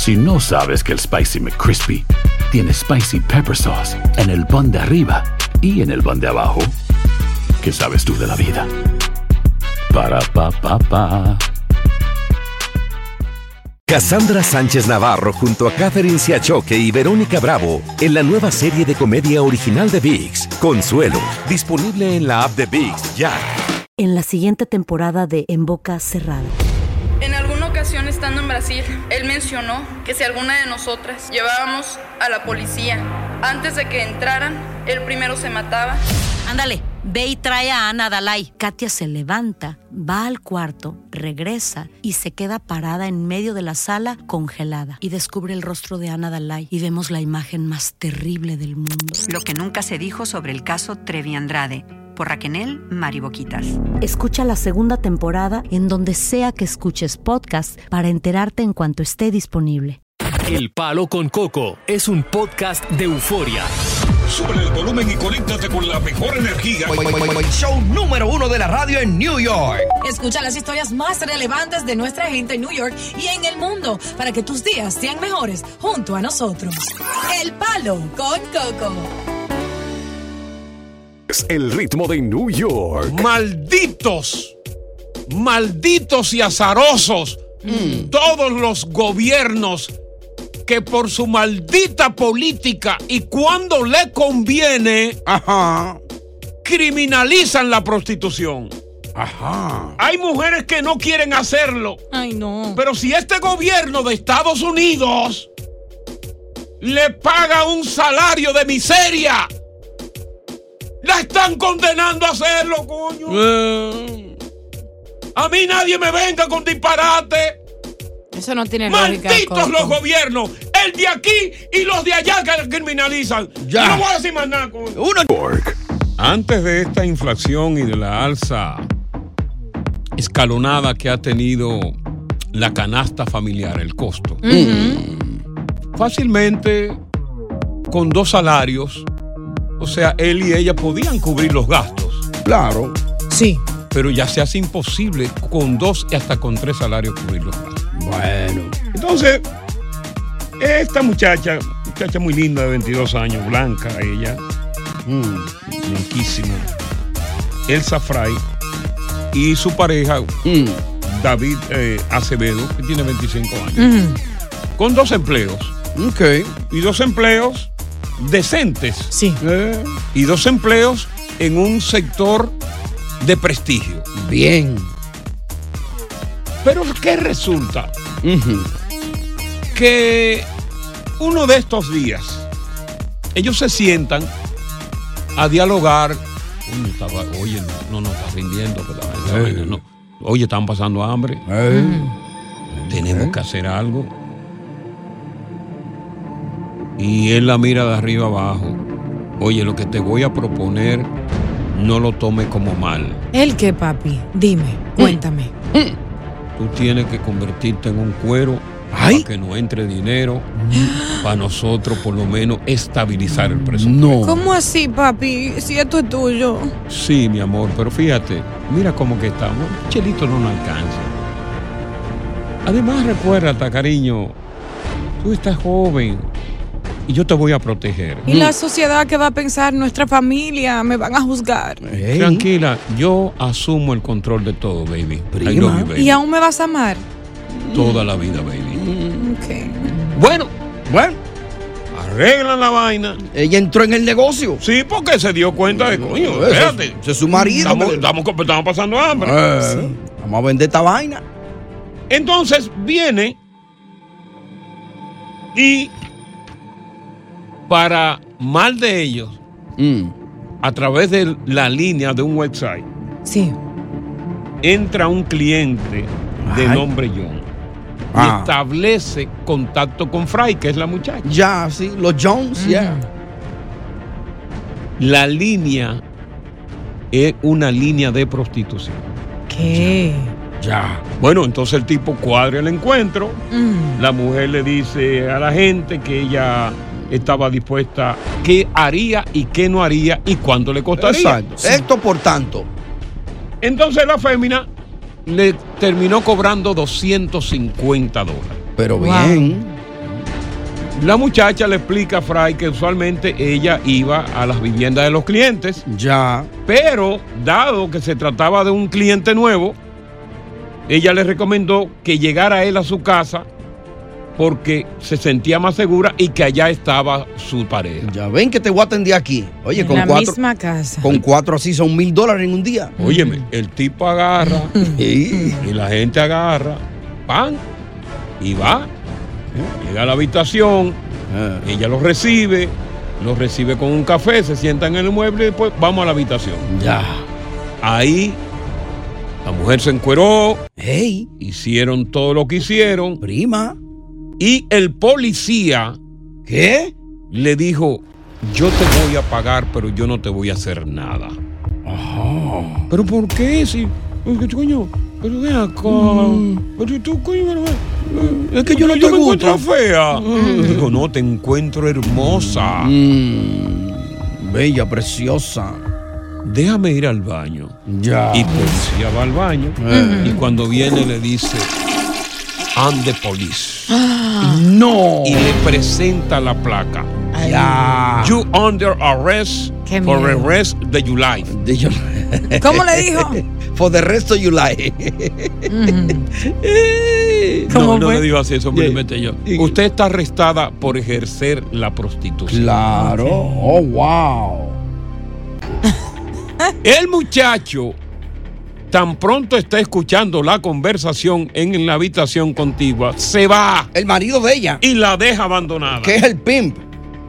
Si no sabes que el Spicy McCrispy tiene Spicy Pepper Sauce en el pan de arriba y en el pan de abajo, ¿qué sabes tú de la vida? Para, pa, pa, pa. Cassandra Sánchez Navarro junto a Catherine Siachoque y Verónica Bravo en la nueva serie de comedia original de ViX, Consuelo, disponible en la app de ViX ya. En la siguiente temporada de En Boca Cerrada. En alguna ocasión estando en Brasil, él mencionó que si alguna de nosotras llevábamos a la policía antes de que entraran, él primero se mataba. Ándale, ve y trae a Ana Dalai. Katia se levanta, va al cuarto, regresa y se queda parada en medio de la sala congelada. Y descubre el rostro de Ana Dalai y vemos la imagen más terrible del mundo. Lo que nunca se dijo sobre el caso Trevi Andrade, por Raquel Mariboquitas. Escucha la segunda temporada en donde sea que escuches podcast para enterarte en cuanto esté disponible. El Palo con Coco es un podcast de euforia. Sube el volumen y conéctate con la mejor energía. Show número 1 de la radio en New York. Escucha las historias más relevantes de nuestra gente en New York y en el mundo para que tus días sean mejores junto a nosotros. El Palo con Coco. El ritmo de New York. Malditos y azarosos todos los gobiernos que por su maldita política y cuando le conviene, criminalizan la prostitución. Hay mujeres que no quieren hacerlo. Ay, no. Pero si este gobierno de Estados Unidos le paga un salario de miseria, la están condenando a hacerlo, coño. A mí nadie me venga con disparate. Eso no tiene lógica. Malditos los gobiernos, el de aquí y los de allá que la criminalizan. Ya. No voy a decir más nada, coño. Antes de esta inflación y de la alza escalonada que ha tenido la canasta familiar, el costo, fácilmente con 2 salarios, o sea, él y ella podían cubrir los gastos. Claro. Sí. Pero ya se hace imposible con 2 y hasta con 3 salarios cubrir los gastos. Bueno. Entonces, esta muchacha muy linda de 22 años, blanca ella, blanquísima, Elsa Fray, y su pareja, David Acevedo, que tiene 25 años, con 2 empleos. Y 2 empleos decentes. Sí. Y 2 empleos en un sector de prestigio. Bien. Pero ¿qué resulta? Que uno de estos días ellos se sientan a dialogar. Oye, no está rindiendo. No. Oye, están pasando hambre. Tenemos que hacer algo. Y él la mira de arriba abajo. Oye, lo que te voy a proponer, no lo tome como mal. ¿El qué, papi? Dime, cuéntame. Tú tienes que convertirte en un cuero para que no entre dinero, para nosotros por lo menos estabilizar el presupuesto. No. ¿Cómo así, papi? Si esto es tuyo. Sí, mi amor, pero fíjate, mira cómo que estamos. Chelito no nos alcanza. Además, recuérdate, cariño, tú estás joven y yo te voy a proteger. ¿Y la sociedad qué va a pensar? Nuestra familia, me van a juzgar. Tranquila, yo asumo el control de todo, baby. Prima. I love you, baby. ¿Y aún me vas a amar? Toda la vida, baby. Ok. Bueno, arreglan la vaina. Ella entró en el negocio. Sí, porque se dio cuenta de, coño, espérate. Ese es su marido. Estamos pasando hambre. Sí. Vamos a vender esta vaina. Entonces viene y para mal de ellos, a través de la línea de un website, sí, entra un cliente de nombre John y establece contacto con Fray, que es la muchacha. Ya, sí, los Jones, ya. La línea es una línea de prostitución. ¿Qué? Ya. Bueno, entonces el tipo cuadra el encuentro. La mujer le dice a la gente que ella estaba dispuesta, qué haría y qué no haría y cuánto le costaría. Exacto. Sí. Esto por tanto. Entonces la fémina le terminó cobrando $250. Pero bien. La muchacha le explica a Fry que usualmente ella iba a las viviendas de los clientes. Ya. Pero, dado que se trataba de un cliente nuevo, ella le recomendó que llegara él a su casa porque se sentía más segura y que allá estaba su pareja. Ya ven que te voy a atender aquí. Oye, en con la 4. misma casa. Con 4 así son $1,000 en un día. Óyeme, el tipo agarra y la gente agarra, pan, y va. Llega a la habitación, ella lo recibe con un café, se sientan en el mueble y después vamos a la habitación. Ya. Ahí la mujer se encueró, hey, hicieron todo lo que hicieron. Prima. Y el policía, ¿qué? Le dijo, yo te voy a pagar, pero yo no te voy a hacer nada. Ajá. ¿Pero por qué? Si, coño, pero ven acá. Pero tú, coño, es que yo no te me encuentro fea. Digo, no, te encuentro hermosa. Bella, preciosa. Déjame ir al baño. Ya. Y policía va al baño. Y cuando viene le dice, I'm the police. No. Y le presenta la placa. Ya. You under arrest for the rest of your life. ¿Cómo le dijo? For the rest of your life. No le digo así, eso me lo inventé yo. Usted está arrestada por ejercer la prostitución. Claro. Oh, wow. El muchacho tan pronto está escuchando la conversación en la habitación contigua, se va. El marido de ella. Y la deja abandonada. Que es el pimp.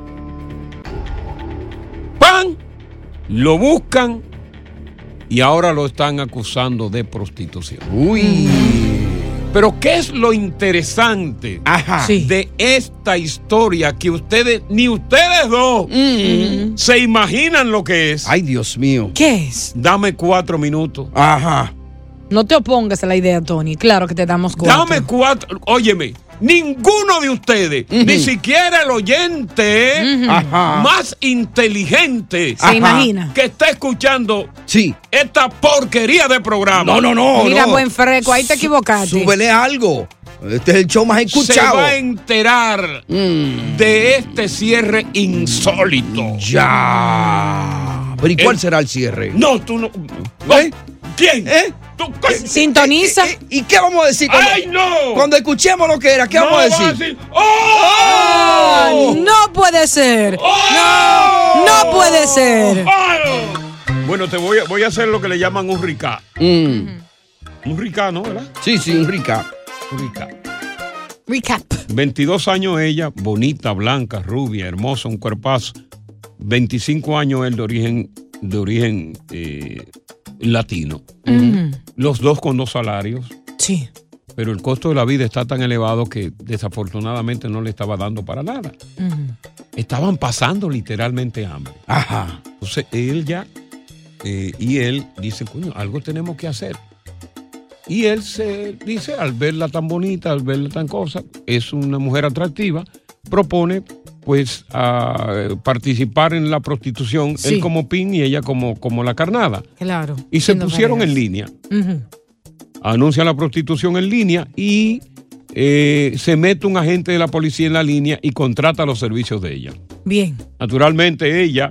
¡Pam! Lo buscan y ahora lo están acusando de prostitución. Uy. Pero ¿qué es lo interesante de esta historia? Que ni ustedes dos se imaginan lo que es. Ay, Dios mío. ¿Qué es? Dame 4 minutos. Ajá. No te opongas a la idea, Tony. Claro que te damos 4. Dame 4. Óyeme, ninguno de ustedes, ni siquiera el oyente más inteligente, se imagina que está escuchando esta porquería de programa. No. Mira, buen freco, ahí te equivocaste. Súbele algo. Este es el show más escuchado. Se va a enterar de este cierre insólito. Ya. Pero ¿y cuál será el cierre? No, tú no. ¿Quién? Sintoniza. ¿Y qué vamos a decir? ¡Ay, no! Cuando escuchemos lo que era, ¿qué vamos a decir? ¡Oh! No puede ser. ¡Oh! No puede ser. ¡Oh! Bueno, voy a hacer lo que le llaman un ricá. Un ricá, ¿no? ¿Verdad? Sí, un ricá. Recap. 22 años ella, bonita, blanca, rubia, hermosa, un cuerpazo. 25 años él de origen latino. Los dos con 2 salarios. Sí. Pero el costo de la vida está tan elevado que desafortunadamente no le estaba dando para nada. Estaban pasando literalmente hambre. Ajá. Entonces él dice, coño, algo tenemos que hacer. Y él se dice, al verla tan bonita, al verla tan cosa, es una mujer atractiva, propone pues a participar en la prostitución, él como pin y ella como la carnada. Claro. Y se pusieron en línea. Anuncian la prostitución en línea y se mete un agente de la policía en la línea y contrata los servicios de ella. Bien. Naturalmente ella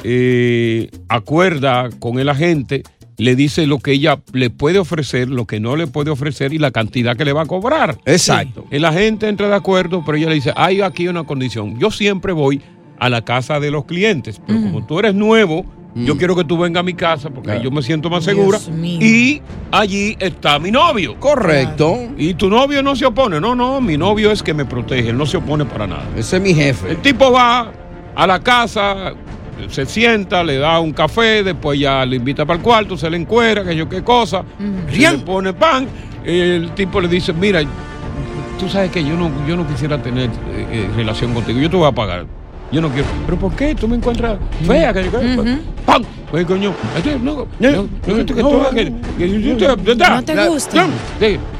acuerda con el agente, le dice lo que ella le puede ofrecer, lo que no le puede ofrecer y la cantidad que le va a cobrar. Exacto. El agente entra de acuerdo, pero ella le dice, hay aquí una condición. Yo siempre voy a la casa de los clientes, pero como tú eres nuevo, yo quiero que tú vengas a mi casa porque ahí yo me siento más segura. Y allí está mi novio. Correcto. Y tu novio no se opone. No, mi novio es que me protege, él no se opone para nada. Ese es mi jefe. El tipo va a la casa, se sienta, le da un café, después ya le invita para el cuarto, se le encuera, que yo qué cosa, se le pone pan, el tipo le dice, mira, tú sabes que yo no quisiera tener relación contigo, yo te voy a pagar, yo no quiero, pero ¿por qué? Tú me encuentras fea, que yo ¡pam! Pues coño, no te gusta.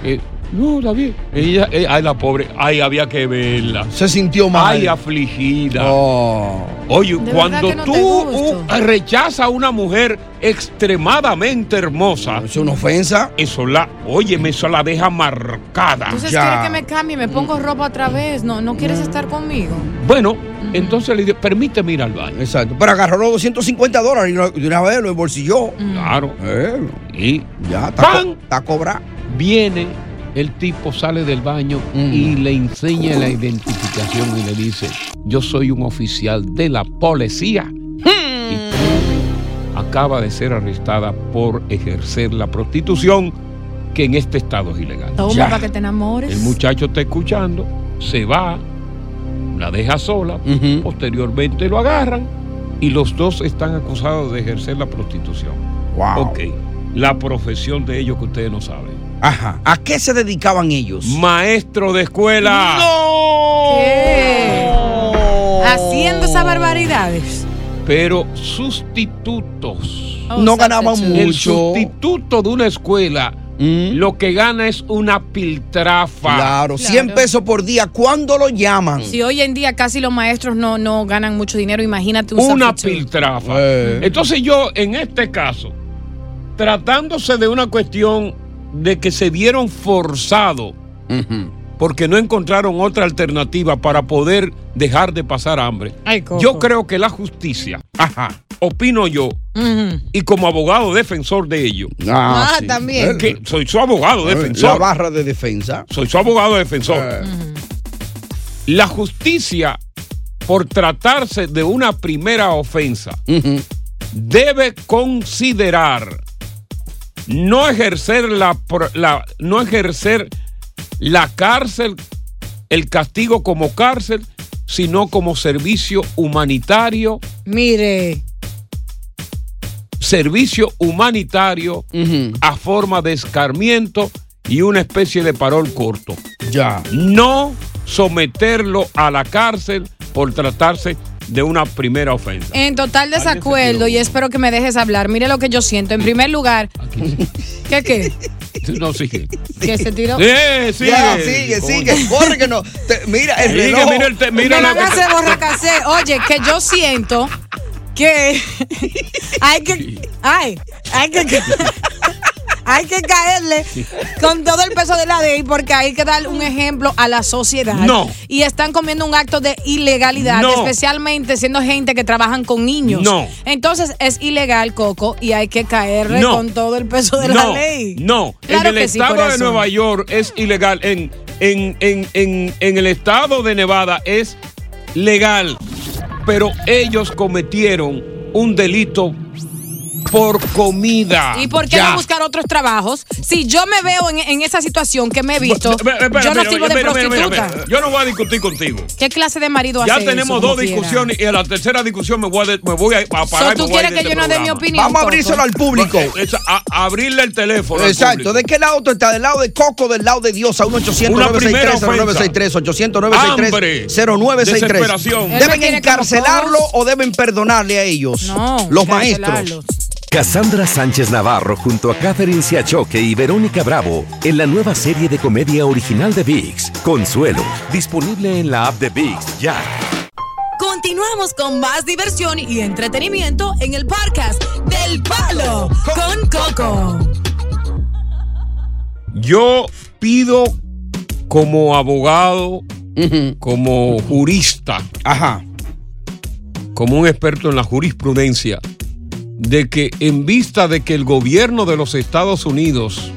No, está bien. Ella, ay, la pobre, ay, había que verla. Se sintió mal. Ay, afligida. Oh. Oye, De cuando verdad que no tú rechazas a una mujer extremadamente hermosa. ¿Es una ofensa? Eso la deja marcada. Entonces quiere que me cambie, me pongo ropa otra vez. No quieres estar conmigo. Bueno, entonces le digo, permíteme ir al baño. Exacto. Pero agarró los $250 y de una vez lo embolsilló. Claro. Y ya ¡pam! Está cobrado. Viene, el tipo sale del baño y le enseña la identificación y le dice, yo soy un oficial de la policía. Y tú acaba de ser arrestada por ejercer la prostitución, que en este estado es ilegal. Toma para que te enamores. El muchacho está escuchando, se va, la deja sola, posteriormente lo agarran y los dos están acusados de ejercer la prostitución. Wow. Ok, la profesión de ellos que ustedes no saben. Ajá. ¿A qué se dedicaban ellos? Maestro de escuela. ¡No! ¿Qué? Haciendo esas barbaridades. Pero sustitutos. No ganaban mucho. El sustituto de una escuela lo que gana es una piltrafa. Claro, 100 pesos por día. ¿Cuándo lo llaman? Si hoy en día casi los maestros no ganan mucho dinero, imagínate una piltrafa. Entonces yo, en este caso, tratándose de una cuestión de que se vieron forzados porque no encontraron otra alternativa para poder dejar de pasar hambre. Ay, yo creo que la justicia, opino yo, y como abogado defensor de ellos. Sí. También. Que soy su abogado defensor. La barra de defensa. Soy su abogado defensor. La justicia, por tratarse de una primera ofensa, debe considerar no ejercer la cárcel, el castigo como cárcel, sino como servicio humanitario. Mire. Servicio humanitario a forma de escarmiento y una especie de parol corto. Ya. No someterlo a la cárcel por tratarse de una primera ofensa. En total desacuerdo, y espero que me dejes hablar. Mire lo que yo siento. En primer lugar, ¿qué? No, sigue. ¿Que se tiró? Sigue. Ya, sigue. Corre que no. Mira el reloj. Mira me van a hacer borracacé. Oye, que yo siento que hay que caerle con todo el peso de la ley, porque hay que dar un ejemplo a la sociedad. No. Y están comiendo un acto de ilegalidad, especialmente siendo gente que trabajan con niños. No. Entonces es ilegal, Coco, y hay que caerle con todo el peso de la ley. No, Claro en el estado de Nueva York es ilegal. En el estado de Nevada es legal. Pero ellos cometieron un delito por comida. ¿Y por qué no buscar otros trabajos? Si yo me veo en esa situación que me he visto, yo no sirvo de prostituta. Yo no voy a discutir contigo. ¿Qué clase de marido hace Ya eso? tenemos dos discusiones y en la tercera discusión me voy a parar. ¿Tú quieres que yo no dé mi opinión? Vamos a abrírselo al público. Abrirle el teléfono. Exacto. ¿De qué lado tú estás? ¿Del lado de Coco, del lado de Dios? A 1-800-963-0963, 800-963-0963. Desesperación. ¿Deben encarcelarlo o deben perdonarle a ellos? No, los maestros. Cassandra Sánchez Navarro junto a Catherine Siachoque y Verónica Bravo en la nueva serie de comedia original de ViX, Consuelo, disponible en la app de ViX ya. Continuamos con más diversión y entretenimiento en el podcast del Palo con Coco. Yo pido como abogado, como jurista, como un experto en la jurisprudencia, de que en vista de que el gobierno de los Estados Unidos,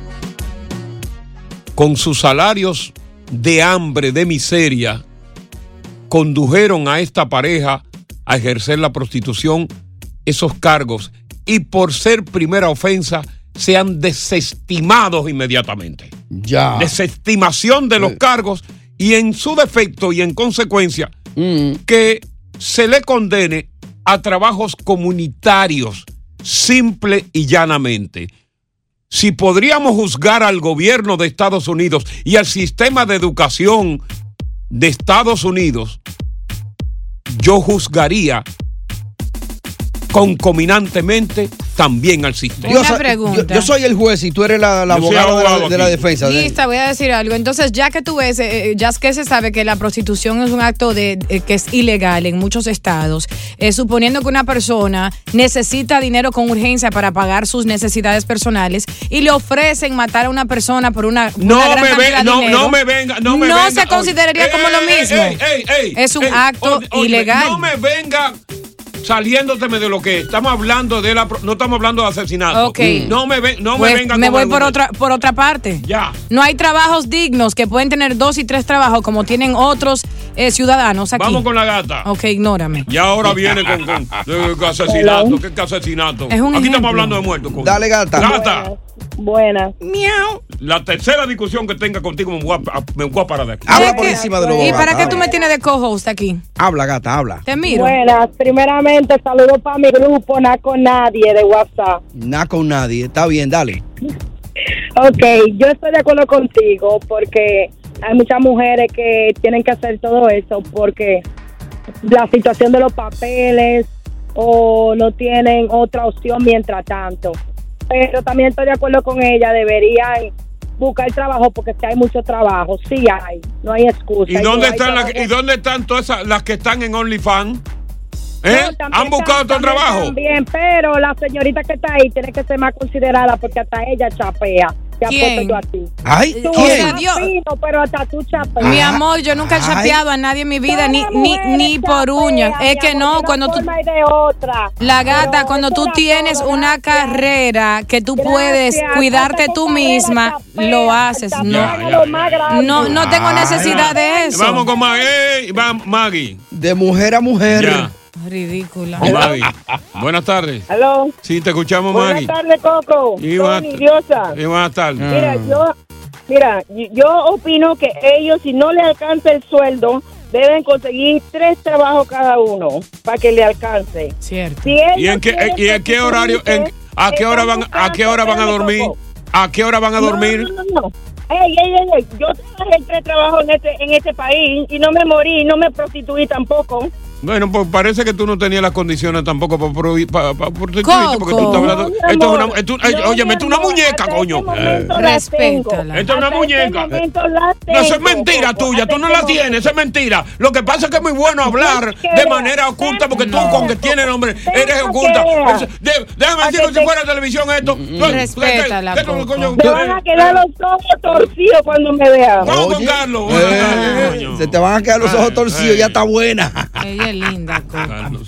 con sus salarios de hambre, de miseria, condujeron a esta pareja a ejercer la prostitución, esos cargos, y por ser primera ofensa, sean desestimados inmediatamente. Ya. Desestimación de los cargos y en su defecto y en consecuencia, que se le condene a trabajos comunitarios, simple y llanamente. Si podríamos juzgar al gobierno de Estados Unidos y al sistema de educación de Estados Unidos, yo juzgaría concominantemente también al sistema. Una pregunta. Yo soy el juez y tú eres la abogada de la defensa. Lista, voy a decir algo. Entonces, ya que tú ves, ya que se sabe que la prostitución es un acto que es ilegal en muchos estados, suponiendo que una persona necesita dinero con urgencia para pagar sus necesidades personales y le ofrecen matar a una persona por una gran cantidad de dinero, no me venga. No se consideraría como lo mismo. Es un acto ilegal. No me venga saliéndoteme de lo que estamos hablando no estamos hablando de asesinato. Okay. No me vengan. Me voy por otra parte. Ya. No hay trabajos dignos que pueden tener 2 y 3 trabajos como tienen otros ciudadanos aquí. Vamos con la gata. Ok, ignórame. Y ahora viene con asesinato. ¿Qué asesinato? Aquí estamos hablando de muertos. Dale, gata. Gata. Buenas. Miau. La tercera discusión que tenga contigo me voy a parar de aquí. Habla por encima de los dos. ¿Y para qué tú me tienes de co-host aquí? Habla, gata, habla. Te miro. Buenas. Primeramente, saludos para mi grupo, Nada con Nadie, de WhatsApp. Nada con Nadie. Está bien, dale. Ok, yo estoy de acuerdo contigo porque hay muchas mujeres que tienen que hacer todo eso porque la situación de los papeles o no tienen otra opción mientras tanto. Pero también estoy de acuerdo con ella, deberían buscar trabajo porque si hay mucho trabajo, sí hay, no hay excusa. ¿Y dónde están todas las que están en OnlyFans? ¿Han buscado otro trabajo? También, pero la señorita que está ahí tiene que ser más considerada porque hasta ella chapea. Te apuesto yo a ti. Ay, tú ¿quién? fino, pero hasta tú chapeas. Mi amor, yo nunca he chapeado a nadie en mi vida, ni por uñas. Es que no, cuando tú... La gata, cuando tú tienes una carrera que tú puedes cuidarte tú misma, lo haces. No tengo necesidad de eso. Vamos con Maggie. De mujer a mujer. Ya. Ridícula. Maggie. Buenas tardes. ¿Aló? Sí, te escuchamos, Maggie. Buenas tardes, Coco. Soy Diosa. Y buenas tardes. Yo opino que ellos, si no le alcanza el sueldo, deben conseguir 3 trabajos cada uno para que le alcance. Cierto. ¿Y en qué horario? ¿A qué hora van a dormir? ¿A qué hora van a dormir? No. Yo trabajé en 3 trabajos en este país y no me morí, no me prostituí tampoco. Bueno, pues parece que tú no tenías las condiciones tampoco para prostituirte, porque tú estás hablando. Esto es una muñeca, coño. Respétala. Esto es una muñeca. No, eso es mentira tuya, tú no la tienes, eso es mentira. Lo que pasa es que es muy bueno hablar de manera oculta, porque tú, con que tienes nombre, eres oculta. Déjame decirlo si fuera televisión esto. Respétala. Te van a quedar los ojos torcidos cuando me vean. Vamos con Carlos. Se te van a quedar los ojos torcidos, ya está buena. Ella es linda, Coco.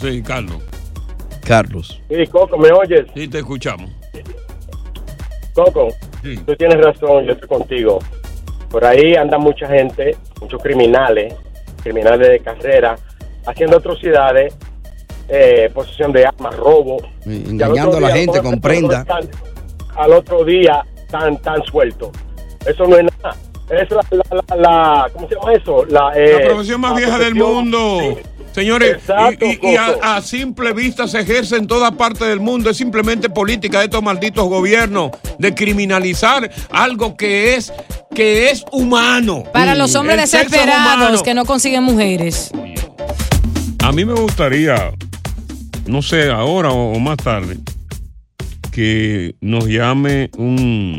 Carlos. Sí, Coco, ¿me oyes? Sí, te escuchamos. Coco, tú tienes razón, yo estoy contigo. Por ahí anda mucha gente, muchos criminales de carrera, haciendo atrocidades, posesión de armas, robo. Engañando a la gente con prenda. Al otro día tan suelto. Eso no es nada. Es ¿cómo se llama eso? La profesión más vieja del mundo. Sí. Señores, exacto, y a simple vista se ejerce en toda parte del mundo. Es simplemente política de estos malditos gobiernos de criminalizar algo que es humano. Para los hombres desesperados que no consiguen mujeres. A mí me gustaría, no sé, ahora o más tarde, que nos llame un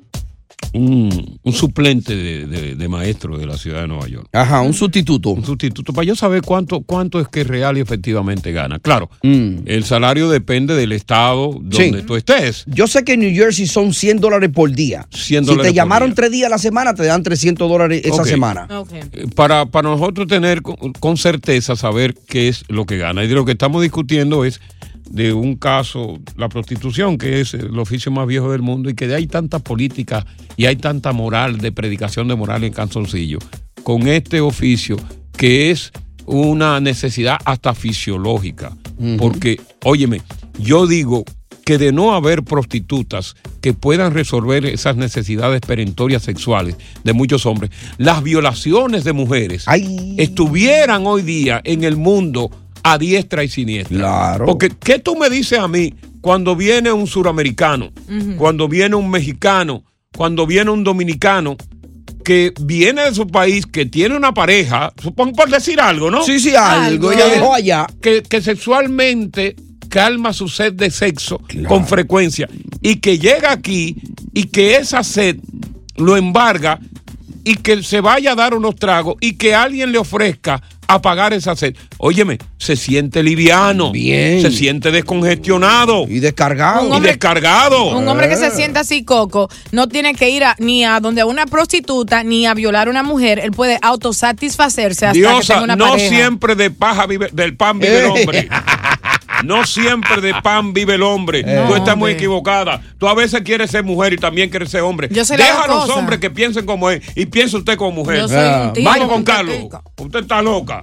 suplente de maestro de la ciudad de Nueva York. Ajá, un sustituto. Un sustituto, para yo saber cuánto es que real y efectivamente gana. Claro, el salario depende del estado donde tú estés. Yo sé que en New Jersey son $100 por día. Si te llamaron 3 días a la semana, te dan $300 esa semana. Okay. Para nosotros tener con certeza saber qué es lo que gana. Y de lo que estamos discutiendo es de un caso, la prostitución, que es el oficio más viejo del mundo, y que hay tanta política y hay tanta moral, de predicación de moral en calzoncillo, con este oficio que es una necesidad hasta fisiológica. Porque, óyeme, yo digo que de no haber prostitutas que puedan resolver esas necesidades perentorias sexuales de muchos hombres, las violaciones de mujeres estuvieran hoy día en el mundo a diestra y siniestra. Claro. Porque, ¿qué tú me dices a mí cuando viene un suramericano, cuando viene un mexicano, cuando viene un dominicano que viene de su país, que tiene una pareja, supongo por decir algo, ¿no? Sí, algo. Ella dejó allá. Que sexualmente calma su sed de sexo con frecuencia y que llega aquí y que esa sed lo embarga y que se vaya a dar unos tragos y que alguien le ofrezca apagar esa sed. Óyeme, se siente liviano. Bien. Se siente descongestionado. Y descargado. Un hombre que se sienta así, Coco, no tiene que ir ni a donde una prostituta ni a violar a una mujer. Él puede autosatisfacerse hasta que tenga una pareja. Siempre de paja del pan vive el hombre. No siempre de pan vive el hombre. Tú estás muy equivocada. Tú a veces quieres ser mujer y también quieres ser hombre. Deja a los hombres que piensen como él y piense usted como mujer. Yo soy un tigre. Vamos con Carlos. Usted está loca.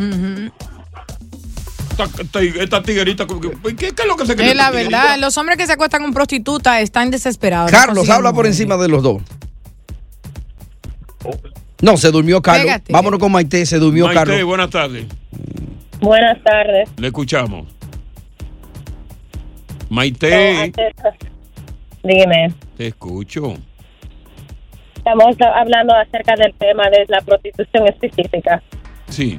Esta tiguerita, ¿qué es lo que se cree? Es la verdad, los hombres que se acuestan con prostitutas están desesperados. Carlos, habla por encima de los dos. No, se durmió Carlos. Pégate. Vámonos con Maite, se durmió Carlos. Maite, buenas tardes. Buenas tardes. Le escuchamos. Maite. Dime. Te escucho. Estamos hablando acerca del tema de la prostitución específica. Sí.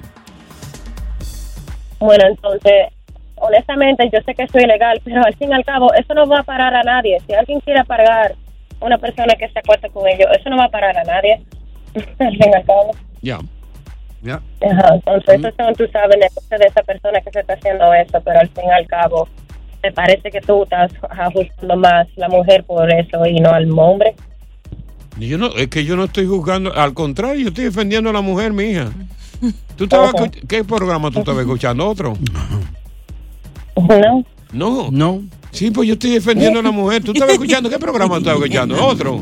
Bueno, entonces, honestamente, yo sé que eso es ilegal, pero al fin y al cabo, eso no va a parar a nadie. Si alguien quiere pagar a una persona que se acueste con ellos, eso no va a parar a nadie. Al fin y al cabo. Ya. Ajá, entonces, eso son, tú sabes, negocios de esa persona que se está haciendo eso, pero al fin y al cabo, me parece que tú estás ajustando más la mujer por eso y no al hombre. Es que yo no estoy juzgando, al contrario, yo estoy defendiendo a la mujer, mi hija. ¿Qué programa tú estabas escuchando? ¿Otro? No. Sí, pues yo estoy defendiendo a la mujer. ¿Tú estabas escuchando? ¿Qué programa tú estabas escuchando? ¿Otro?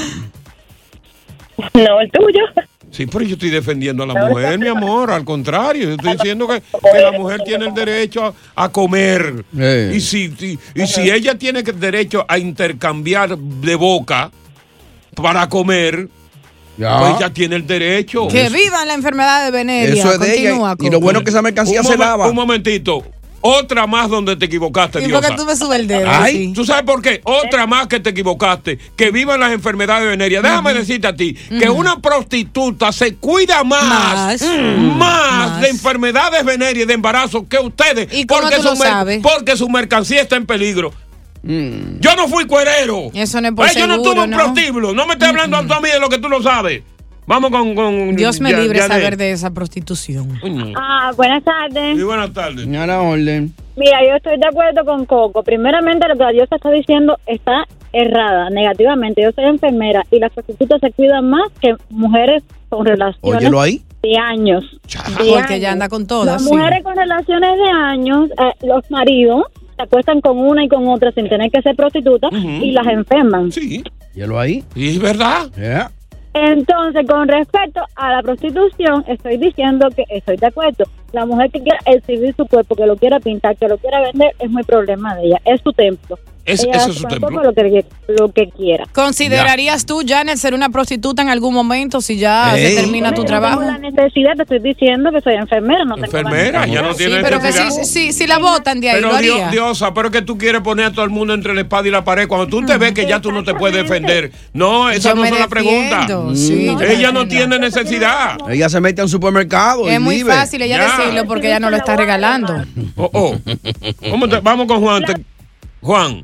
No, el tuyo. Sí, pero yo estoy defendiendo a la mujer, mi amor. Al contrario, yo estoy diciendo que la mujer tiene el derecho a comer. Y si ella tiene el derecho a intercambiar de boca para comer, pues ella tiene el derecho. Que viva la enfermedad de veneria. Eso es de ella. Y lo bueno es que esa mercancía se lava. Un momentito. Otra más donde te equivocaste, Diosa. ¿Y por qué tú me subes el dedo? Sí. ¿Tú sabes por qué? Otra más que te equivocaste. Que vivan las enfermedades venéreas. Déjame decirte a ti que una prostituta se cuida más de enfermedades venéreas, de embarazo, que ustedes. ¿Y cómo tú lo sabes? Porque su mercancía está en peligro. Yo no fui cuerero. Eso no es por seguro, yo no tuve un prostíbulo. No me estés hablando a mí de lo que tú no sabes. Vamos con Dios me libre saber de esa prostitución. Buenas tardes. Sí, buenas tardes. A la orden. Mira, yo estoy de acuerdo con Coco. Primeramente, lo que la diosa está diciendo está errada, negativamente. Yo soy enfermera y las prostitutas se cuidan más que mujeres con relaciones de años. Porque ella anda con todas. Las mujeres con relaciones de años, los maridos se acuestan con una y con otra sin tener que ser prostitutas y las enferman. Sí. ¿Yelo ahí? Sí, es verdad. Yeah. Entonces, con respecto a la prostitución, estoy diciendo que estoy de acuerdo. La mujer que quiera exhibir su cuerpo, que lo quiera pintar, que lo quiera vender, es muy problema de ella. Es su templo. Eso es su templo. Lo que quiera. ¿Considerarías tú, Janet, ser una prostituta en algún momento si ya se termina tu trabajo? No tengo la necesidad, te estoy diciendo que soy enfermera. No enfermera, ya no tiene pero necesidad. Pero que si la botan de ahí, pero lo haría. Diosa, pero que tú quieres poner a todo el mundo entre la espada y la pared. Cuando tú te ves que ya tú no te puedes defender. No, esa no es la pregunta. Sí, ella no tiene necesidad. Ella se mete a un supermercado. Es muy fácil ella decirlo porque ella no lo está regalando. Vamos con Juan. Juan.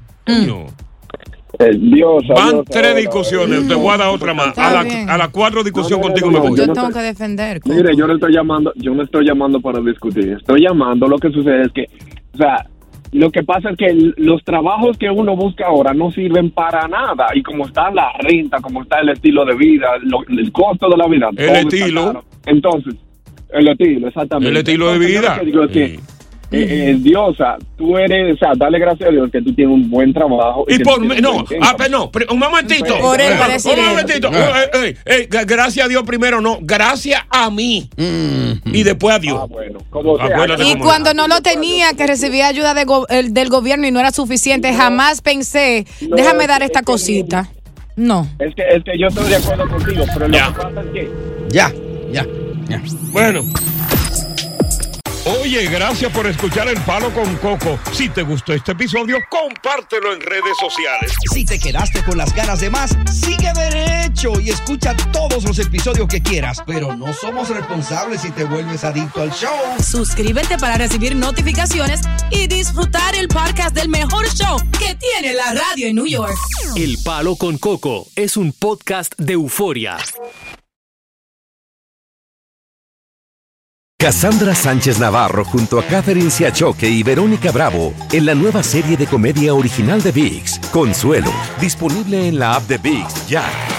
Van 3 discusiones, te voy a dar otra más. A las 4 discusiones contigo me voy. Yo tengo que defender. Mire, yo no estoy llamando para discutir. Estoy llamando, lo que sucede es que, o sea, lo que pasa es que los trabajos que uno busca ahora no sirven para nada. Y como está la renta, como está el estilo de vida, el costo de la vida. El estilo. Entonces, el estilo, exactamente. El estilo de vida. Diosa, tú eres, o sea, dale gracias a Dios que tú tienes un buen trabajo. Y por mí, un momentito. Por el presidente. Un momentito. Gracias a Dios primero, no, gracias a mí. Y después a Dios. Bueno, y cuando no lo tenía, que recibía ayuda del gobierno y no era suficiente, jamás pensé, déjame dar esta cosita. No. Es que yo estoy de acuerdo contigo, pero lo que pasa es que... Ya. Bueno. Oye, gracias por escuchar El Palo con Coco. Si te gustó este episodio, compártelo en redes sociales. Si te quedaste con las ganas de más, sigue derecho. 8 y escucha todos los episodios que quieras, pero no somos responsables si te vuelves adicto al show. Suscríbete para recibir notificaciones y disfrutar el podcast del mejor show que tiene la radio en New York. El Palo con Coco es un podcast de Euforia. Cassandra Sánchez Navarro junto a Catherine Siachoque y Verónica Bravo en la nueva serie de comedia original de ViX, Consuelo, disponible en la app de ViX ya.